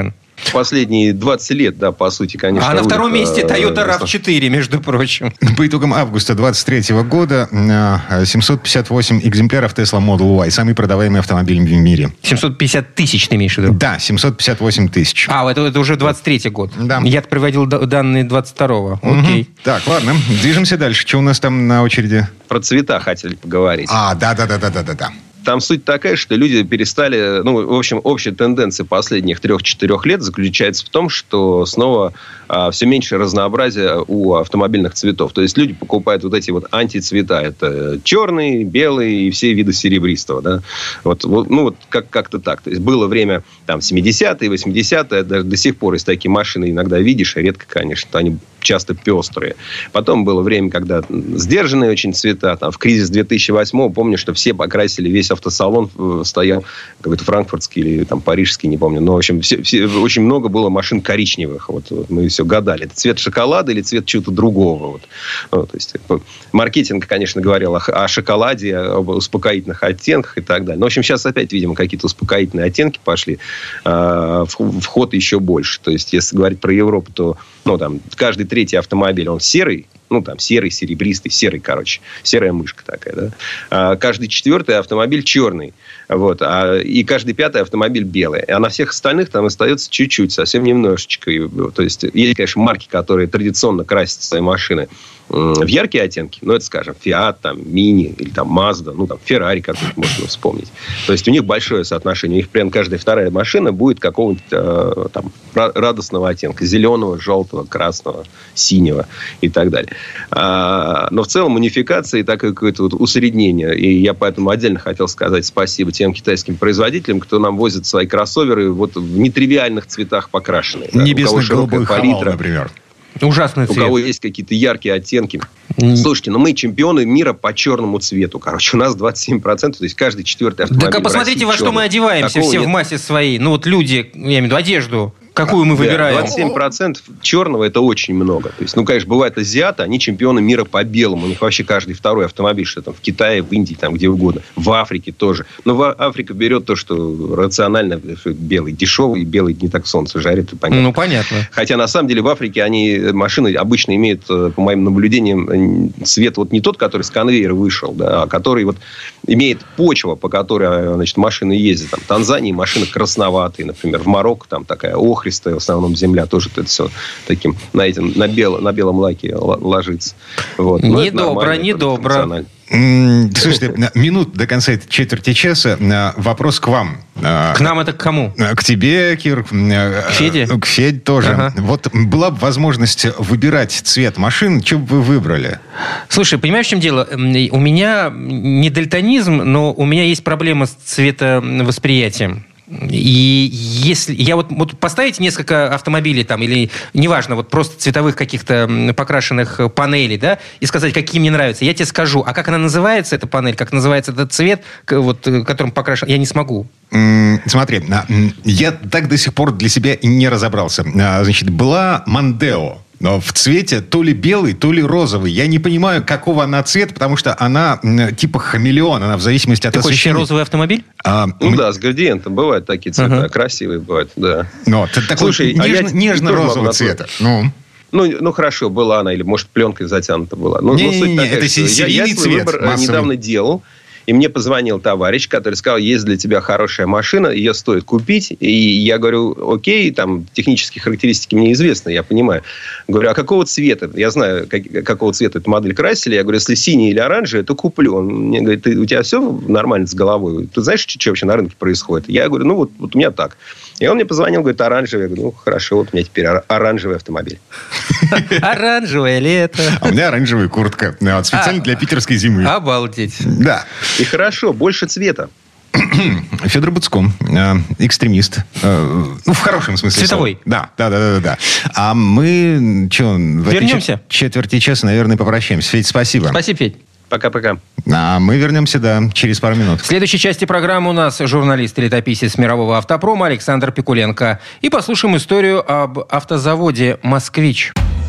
машин. Последние двадцать лет, да, по сути, конечно. А на втором рулит, месте Toyota рав четыре, между прочим. По итогам августа двадцать третьего года семьсот пятьдесят восемь экземпляров Tesla Model Y. Самый продаваемый автомобиль в мире. семьсот пятьдесят тысяч ты имеешь в виду? Да, семьсот пятьдесят восемь тысяч. А, это, это уже двадцать третий год. Да. Я приводил данные двадцать второго. Окей. Угу. Так, ладно, движемся дальше. Что у нас там на очереди? Про цвета хотели поговорить. А, да-да-да-да-да-да. Там суть такая, что люди перестали... Ну, в общем, общая тенденция последних трех-четырех лет заключается в том, что снова а, все меньше разнообразия у автомобильных цветов. То есть люди покупают вот эти вот антицвета. Это черный, белый и все виды серебристого. Да? Вот, вот, ну, вот как- как-то так. То есть было время там семидесятые, восьмидесятые. Даже до сих пор есть такие машины иногда видишь. Редко, конечно. Они часто пестрые. Потом было время, когда сдержанные очень цвета. Там, в кризис две тысячи восьмого помню, что все покрасили, весь автосалон стоял какой-то франкфуртский или там парижский, не помню. Но, в общем, все, все, очень много было машин коричневых. Вот, вот мы все гадали. Это цвет шоколада или цвет чего-то другого. Вот. Ну, то есть, маркетинг, конечно, говорил о, о шоколаде, об успокоительных оттенках и так далее. Но, в общем, сейчас опять, видимо, какие-то успокоительные оттенки пошли. Э, в, в ход еще больше. То есть, если говорить про Европу, то ну, там, каждый третий автомобиль, он серый. Ну, там, серый, серебристый, серый, короче. Серая мышка такая, да. А каждый четвертый автомобиль черный. Вот. А, и каждый пятый автомобиль белый. А на всех остальных там остается чуть-чуть, совсем немножечко. То есть, есть, конечно, марки, которые традиционно красят свои машины в яркие оттенки. Ну, это, скажем, Fiat, там, Mini или там Mazda, ну, там, Ferrari, как-нибудь можно вспомнить. То есть, у них большое соотношение. У них прям каждая вторая машина будет какого-нибудь э, там радостного оттенка. Зеленого, желтого, красного, синего и так далее. А, но в целом унификация и такое какое-то вот усреднение. И я поэтому отдельно хотел сказать спасибо тем китайским производителям, кто нам возит свои кроссоверы вот в нетривиальных цветах покрашенные. Да? Небесно-голубой Хамал, например. Ужасный цвет. У кого есть какие-то яркие оттенки. Mm. Слушайте, ну мы чемпионы мира по черному цвету. Короче, у нас двадцать семь процентов, то есть каждый четвертый автомобиль. Так а посмотрите, во что мы одеваемся. Такого все нет. В массе своей. Ну вот люди, я имею в виду одежду. Какую мы выбираем? двадцать семь процентов черного – это очень много. То есть, ну, конечно, бывают азиаты, они чемпионы мира по белому. У них вообще каждый второй автомобиль, что там в Китае, в Индии, там где угодно. В Африке тоже. Но в Африка берет то, что рационально белый, дешевый, белый не так солнце жарит. И понятно. Ну, понятно. Хотя, на самом деле, в Африке они, машины обычно имеют, по моим наблюдениям, цвет вот не тот, который с конвейера вышел, да, а который вот имеет почва, по которой, значит, машины ездят. Там, в Танзании машины красноватые, например. В Марокко там такая охра, в основном земля тоже это все таким на, этим, на, бело, на белом лаке ложится. Вот. Недобро, недобро. Слушайте, минут до конца этой четверти часа. Вопрос к вам. К нам это к кому? К тебе, Кир. К Феде? К Феде тоже. Ага. Вот была бы возможность выбирать цвет машин, что бы вы выбрали? Слушай, понимаешь, в чем дело? У меня не дальтонизм, но у меня есть проблема с цветовосприятием. И если я вот, вот поставить несколько автомобилей там, или неважно, вот просто цветовых каких-то покрашенных панелей, да, и сказать, какие мне нравятся, я тебе скажу, а как она называется, эта панель, как называется этот цвет, вот, которым покрашен, я не смогу. Смотри, я так до сих пор для себя и не разобрался. Значит, была Мондео. Но в цвете то ли белый, то ли розовый. Я не понимаю, какого она цвета, потому что она типа хамелеон. Она в зависимости от Ты освещения. Ты хочешь розовый автомобиль? А, ну мы... да, с градиентом. Бывают такие цвета. Uh-huh. Красивые бывают, да. Но, такой Слушай, нежно, а нежно-розового цвета. Ну... Ну, ну, хорошо, была она. Или, может, пленкой затянута была. Ну, не, не, не, это серийный я, я свой цвет. выбор массовый. недавно делал. И мне позвонил товарищ, который сказал, есть для тебя хорошая машина, ее стоит купить. И я говорю, окей, там технические характеристики мне известны, я понимаю. Говорю, а какого цвета? Я знаю, как, какого цвета эту модель красили. Я говорю, если синий или оранжевый, то куплю. Он мне говорит, ты, у тебя все нормально с головой? Ты знаешь, что, что вообще на рынке происходит? Я говорю, ну, вот, вот у меня так. И он мне позвонил, говорит, оранжевый. Я говорю, ну, хорошо, вот у меня теперь оранжевый автомобиль. Оранжевое лето. А у меня оранжевая куртка. Специально для питерской зимы. Обалдеть. Да. И хорошо, больше цвета. Федор Буцко, экстремист. Ну, в хорошем смысле. Цветовой. Да, да, да, да, да. А мы что, в вернемся. этой четверти часа, наверное, попрощаемся. Федь, спасибо. Спасибо, Федь. Пока-пока. А мы вернемся, да, через пару минут. В следующей части программы у нас журналист и летописец мирового автопрома Александр Пикуленко. И послушаем историю об автозаводе «Москвич».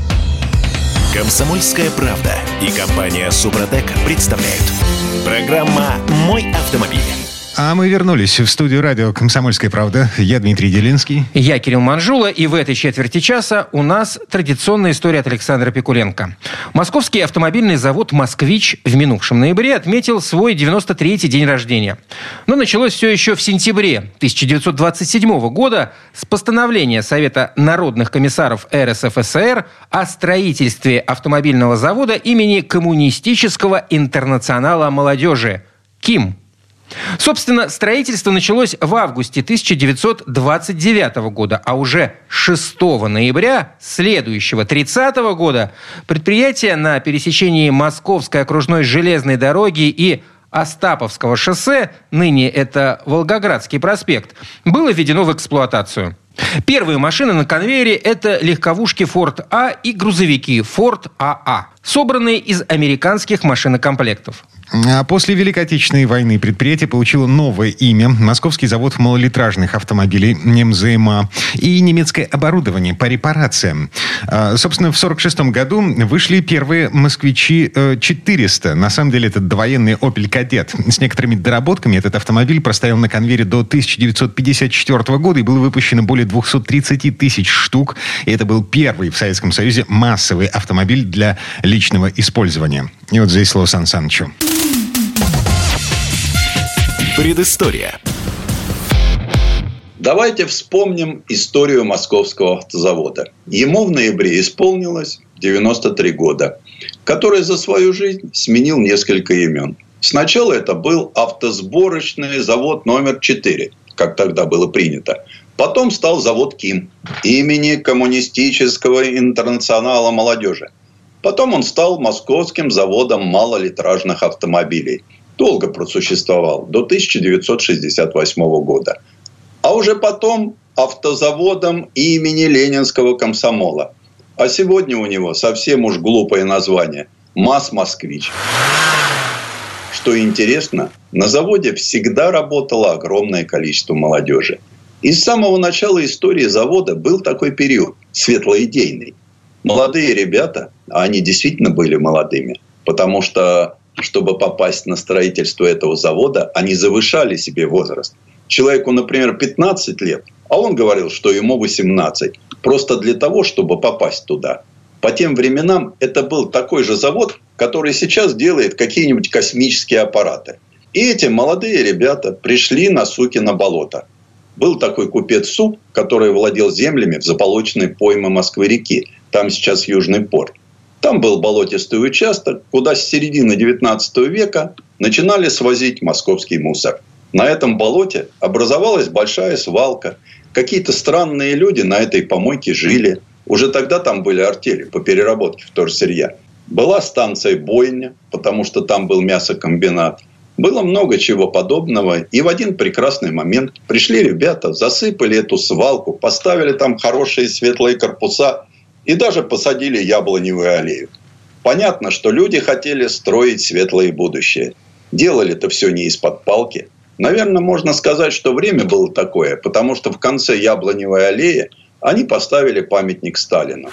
Комсомольская правда и компания «Супротек» представляют. Программа «Мой автомобиль». А мы вернулись в студию радио «Комсомольская правда». Я Дмитрий Делинский. Я Кирилл Манжула. И в этой четверти часа у нас традиционная история от Александра Пикуленко. Московский автомобильный завод «Москвич» в минувшем ноябре отметил свой девяносто третий день рождения. Но началось все еще в сентябре тысяча девятьсот двадцать седьмого года с постановления Совета народных комиссаров эр эс эф эс эр о строительстве автомобильного завода имени Коммунистического интернационала молодежи КИМ. Собственно, строительство началось в августе тысяча девятьсот двадцать девятого года, а уже шестого ноября следующего тридцатого года предприятие на пересечении Московской окружной железной дороги и Остаповского шоссе, ныне это Волгоградский проспект, было введено в эксплуатацию. Первые машины на конвейере – это легковушки Ford А и грузовики Ford А А, собранные из американских машинокомплектов. А после Великой Отечественной войны предприятие получило новое имя – Московский завод малолитражных автомобилей эм зэ эм а и немецкое оборудование по репарациям. А, собственно, в сорок шестом году вышли первые «Москвичи четыреста». На самом деле, это довоенный «Опель Кадет». С некоторыми доработками этот автомобиль простоял на конвейере до тысяча девятьсот пятьдесят четвёртого года и было выпущено более двести тридцать тысяч штук. И это был первый в Советском Союзе массовый автомобиль для личного использования. И вот здесь слово Сан Санычу. Предыстория. Давайте вспомним историю Московского автозавода. Ему в ноябре исполнилось девяносто три года, который за свою жизнь сменил несколько имен. Сначала это был автосборочный завод номер четыре, как тогда было принято. Потом стал завод КИМ имени Коммунистического интернационала молодежи. Потом он стал Московским заводом малолитражных автомобилей. Долго просуществовал, до тысяча девятьсот шестьдесят восьмого года. А уже потом автозаводом имени Ленинского комсомола. А сегодня у него совсем уж глупое название – МАЗ-Москвич. Что интересно, на заводе всегда работало огромное количество молодежи. И с самого начала истории завода был такой период – светлоидейный. Молодые ребята, а они действительно были молодыми, потому что, чтобы попасть на строительство этого завода, они завышали себе возраст. Человеку, например, пятнадцать лет, а он говорил, что ему восемнадцать. Просто для того, чтобы попасть туда. По тем временам это был такой же завод, который сейчас делает какие-нибудь космические аппараты. И эти молодые ребята пришли на Сукино болото. Был такой купец Сук, который владел землями в заполоченной пойме Москвы-реки. Там сейчас Южный порт. Там был болотистый участок, куда с середины девятнадцатого века начинали свозить московский мусор. На этом болоте образовалась большая свалка. Какие-то странные люди на этой помойке жили. Уже тогда там были артели по переработке вторсырья. Была станция бойня, потому что там был мясокомбинат. Было много чего подобного. И в один прекрасный момент пришли ребята, засыпали эту свалку, поставили там хорошие светлые корпуса и даже посадили яблоневую аллею. Понятно, что люди хотели строить светлое будущее. Делали это все не из-под палки. Наверное, можно сказать, что время было такое, потому что в конце яблоневой аллеи они поставили памятник Сталину.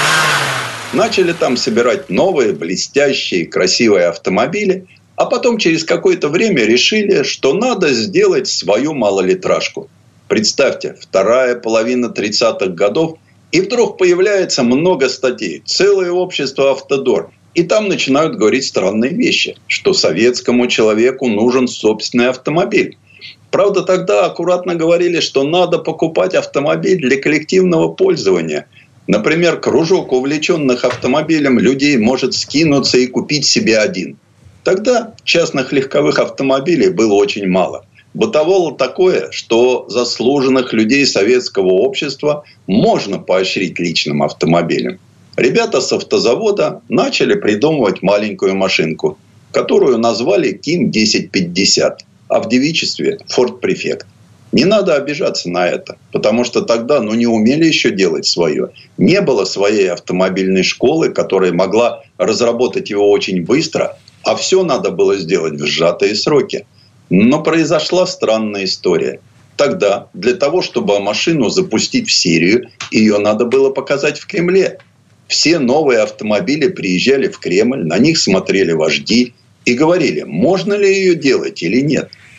Начали там собирать новые, блестящие, красивые автомобили, а потом через какое-то время решили, что надо сделать свою малолитражку. Представьте, вторая половина тридцатых годов, и вдруг появляется много статей, целое общество «Автодор». И там начинают говорить странные вещи, что советскому человеку нужен собственный автомобиль. Правда, тогда аккуратно говорили, что надо покупать автомобиль для коллективного пользования. Например, кружок увлеченных автомобилем людей может скинуться и купить себе один. Тогда частных легковых автомобилей было очень мало. Бытовало такое, что заслуженных людей советского общества можно поощрить личным автомобилем. Ребята с автозавода начали придумывать маленькую машинку, которую назвали КИМ десять пятьдесят, а в девичестве Ford Prefect. Не надо обижаться на это, потому что тогда ну, не умели еще делать свое. Не было своей автомобильной школы, которая могла разработать его очень быстро, а все надо было сделать в сжатые сроки. Но произошла странная история. Тогда для того, чтобы машину запустить в серию, ее надо было показать в Кремле. Все новые автомобили приезжали в Кремль, на них смотрели вожди и говорили, можно ли ее делать или нет.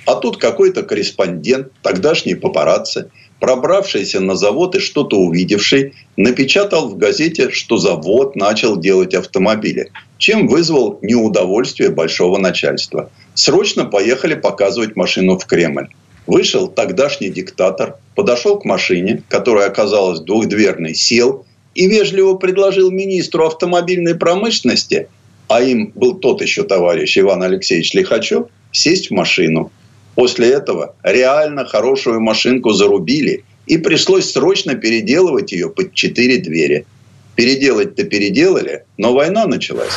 А тут какой-то корреспондент, тогдашний папарацци, пробравшийся на завод и что-то увидевший, напечатал в газете, что завод начал делать автомобили, чем вызвал неудовольствие большого начальства. Срочно поехали показывать машину в Кремль. Вышел тогдашний диктатор, подошел к машине, которая оказалась двухдверной, сел и вежливо предложил министру автомобильной промышленности, а им был тот еще товарищ Иван Алексеевич Лихачев, сесть в машину. После этого реально хорошую машинку зарубили, и пришлось срочно переделывать ее под четыре двери. Переделать-то переделали, но война началась.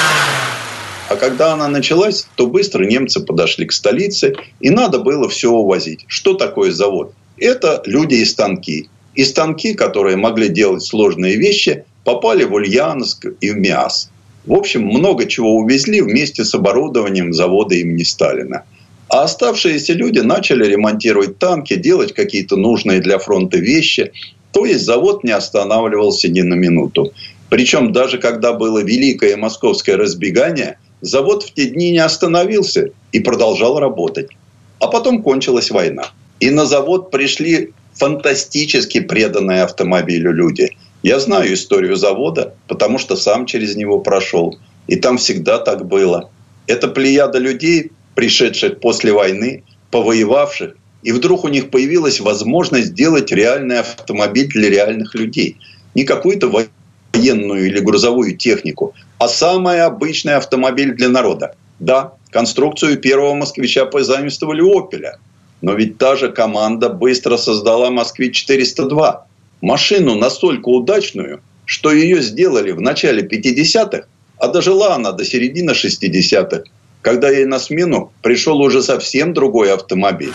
А когда она началась, то быстро немцы подошли к столице, и надо было все увозить. Что такое завод? Это люди и станки. И станки, которые могли делать сложные вещи, попали в Ульяновск и в Миас. В общем, много чего увезли вместе с оборудованием завода имени Сталина. А оставшиеся люди начали ремонтировать танки, делать какие-то нужные для фронта вещи. То есть завод не останавливался ни на минуту. Причем даже когда было великое московское разбегание, завод в те дни не остановился и продолжал работать. А потом кончилась война. И на завод пришли фантастически преданные автомобилю люди. Я знаю историю завода, потому что сам через него прошел. И там всегда так было. Это плеяда людей, пришедших после войны, повоевавших, и вдруг у них появилась возможность сделать реальный автомобиль для реальных людей. Не какую-то военную или грузовую технику, а самый обычный автомобиль для народа. Да, конструкцию первого «Москвича» позаимствовали у «Опеля». Но ведь та же команда быстро создала «Москвич четыреста два». Машину настолько удачную, что ее сделали в начале пятидесятых, а дожила она до середины шестидесятых. Когда ей на смену пришел уже совсем другой автомобиль.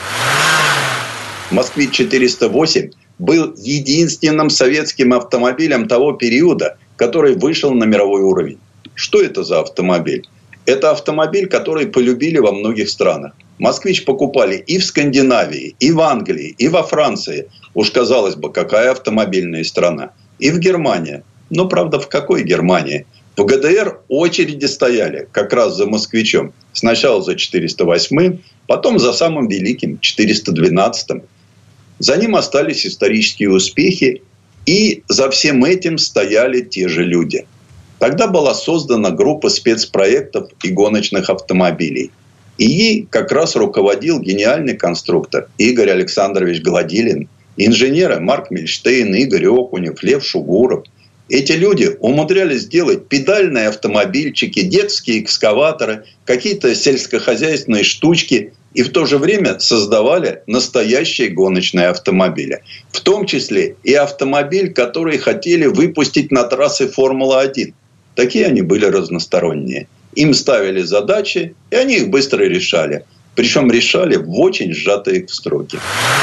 «Москвич четыреста восемь» был единственным советским автомобилем того периода, который вышел на мировой уровень. Что это за автомобиль? Это автомобиль, который полюбили во многих странах. «Москвич» покупали и в Скандинавии, и в Англии, и во Франции. Уж казалось бы, какая автомобильная страна. И в Германии. Но, правда, в какой Германии? В ГДР очереди стояли как раз за «Москвичом». Сначала за четыреста восьмым, потом за самым великим четыреста двенадцатым. За ним остались исторические успехи, и за всем этим стояли те же люди. Тогда была создана группа спецпроектов и гоночных автомобилей. И ей как раз руководил гениальный конструктор Игорь Александрович Гладилин, инженеры Марк Мильштейн, Игорь Окунев, Лев Шугуров. Эти люди умудрялись делать педальные автомобильчики, детские экскаваторы, какие-то сельскохозяйственные штучки, и в то же время создавали настоящие гоночные автомобили. В том числе и автомобиль, который хотели выпустить на трассы Формулы один. Такие они были разносторонние. Им ставили задачи, и они их быстро решали. Причем решали в очень сжатые сроки.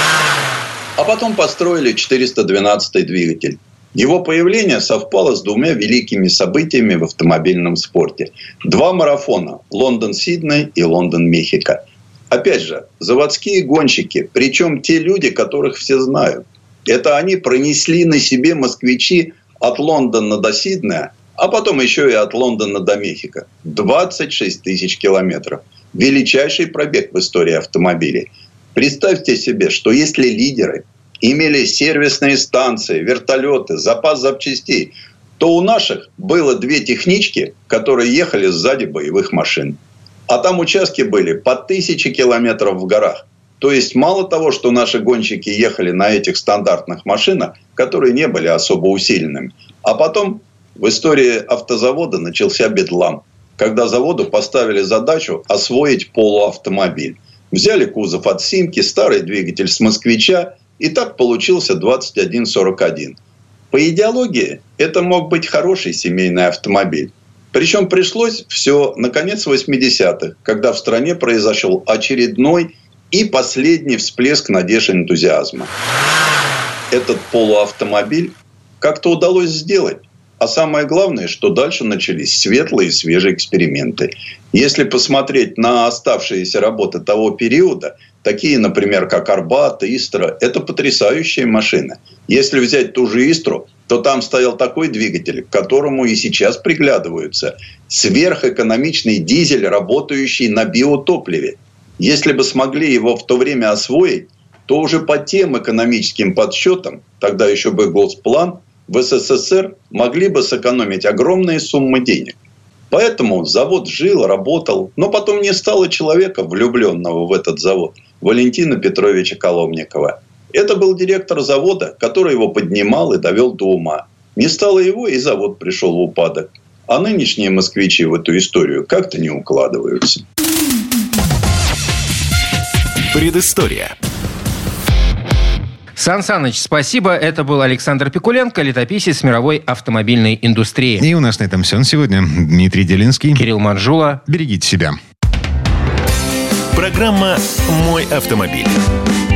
А потом построили четыреста двенадцатый двигатель. Его появление совпало с двумя великими событиями в автомобильном спорте. Два марафона – Лондон-Сидней и Лондон-Мехико. Опять же, заводские гонщики, причем те люди, которых все знают. Это они пронесли на себе москвичи от Лондона до Сиднея, а потом еще и от Лондона до Мехико. двадцать шесть тысяч километров. Величайший пробег в истории автомобилей. Представьте себе, что если лидеры имели сервисные станции, вертолеты, запас запчастей, то у наших было две технички, которые ехали сзади боевых машин. А там участки были по тысяче километров в горах. То есть мало того, что наши гонщики ехали на этих стандартных машинах, которые не были особо усиленными, а потом в истории автозавода начался бедлам, когда заводу поставили задачу освоить полуавтомобиль. Взяли кузов от «Симки», старый двигатель с «Москвича», и так получился двадцать один сорок один. По идеологии это мог быть хороший семейный автомобиль. Причем пришлось все на конец восьмидесятых, когда в стране произошел очередной и последний всплеск надежд и энтузиазма. Этот полуавтомобиль как-то удалось сделать. А самое главное, что дальше начались светлые и свежие эксперименты. Если посмотреть на оставшиеся работы того периода, такие, например, как «Арбат», «Истра», это потрясающие машины. Если взять ту же «Истру», то там стоял такой двигатель, к которому и сейчас приглядываются. Сверхэкономичный дизель, работающий на биотопливе. Если бы смогли его в то время освоить, то уже по тем экономическим подсчетам, тогда еще был Госплан, в СССР могли бы сэкономить огромные суммы денег. Поэтому завод жил, работал, но потом не стало человека, влюбленного в этот завод, Валентина Петровича Коломникова. Это был директор завода, который его поднимал и довел до ума. Не стало его, и завод пришел в упадок. А нынешние москвичи в эту историю как-то не укладываются. Предыстория. Сан Саныч, спасибо. Это был Александр Пикуленко, летописец мировой автомобильной индустрии. И у нас на этом все на сегодня. Дмитрий Делинский. Кирилл Манжула. Берегите себя. Программа «Мой автомобиль».